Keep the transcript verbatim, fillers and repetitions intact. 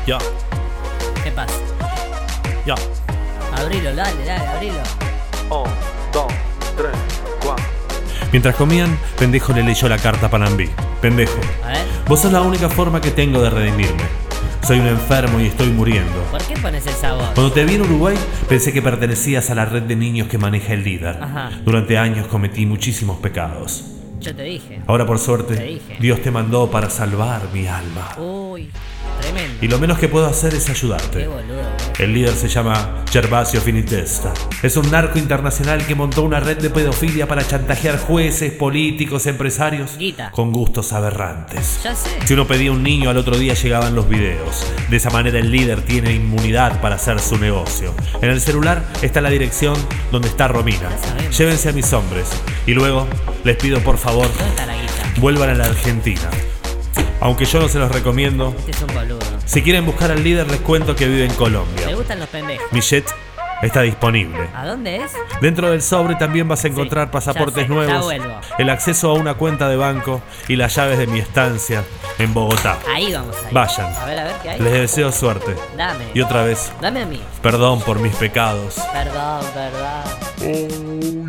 Ya, ¿Qué pasa? ya. Abrilo, dale, dale, abrilo. Un, dos, tres, cuatro. Mientras comían, Pendejo le leyó la carta a Panambí. Pendejo, A ver, vos sos la única forma que tengo de redimirme. Soy un enfermo y estoy muriendo. ¿por qué pones el sabor? Cuando te vi en Uruguay, pensé que pertenecías a la red de niños que maneja el líder. Ajá. Durante años cometí muchísimos pecados. Yo te dije. Ahora, por Te suerte, dije. Dios te mandó para salvar mi alma. Uy, tremendo. Y lo menos que puedo hacer es Qué ayudarte. boludo, boludo. El líder se llama Gervasio Finitesta. Es un narco internacional que montó una red de pedofilia para chantajear jueces, políticos, empresarios Guita. con gustos aberrantes. Ya sé. Si uno pedía un niño, al otro día llegaban los videos. De esa manera el líder tiene inmunidad para hacer su negocio. En el celular está la dirección donde está Romina. Ya sabemos. Llévense a mis hombres. Y luego les pido por favor, ¿Dónde está la guita? vuelvan a la Argentina. Aunque yo no se los recomiendo. Este es un boludo. Si quieren buscar al líder, les cuento que vive en Me Colombia. gustan los pendejos. Mi jet está disponible. ¿A dónde es? Dentro del sobre también vas a encontrar Sí, pasaportes ya sé, ya nuevos, vuelvo. el acceso a una cuenta de banco y las llaves de mi estancia en Bogotá. Ahí vamos a ir. Vayan. A ver, a ver, ¿qué hay? Les deseo suerte. Dame. Y otra vez, Dame a mí. perdón por mis pecados. Perdón, perdón.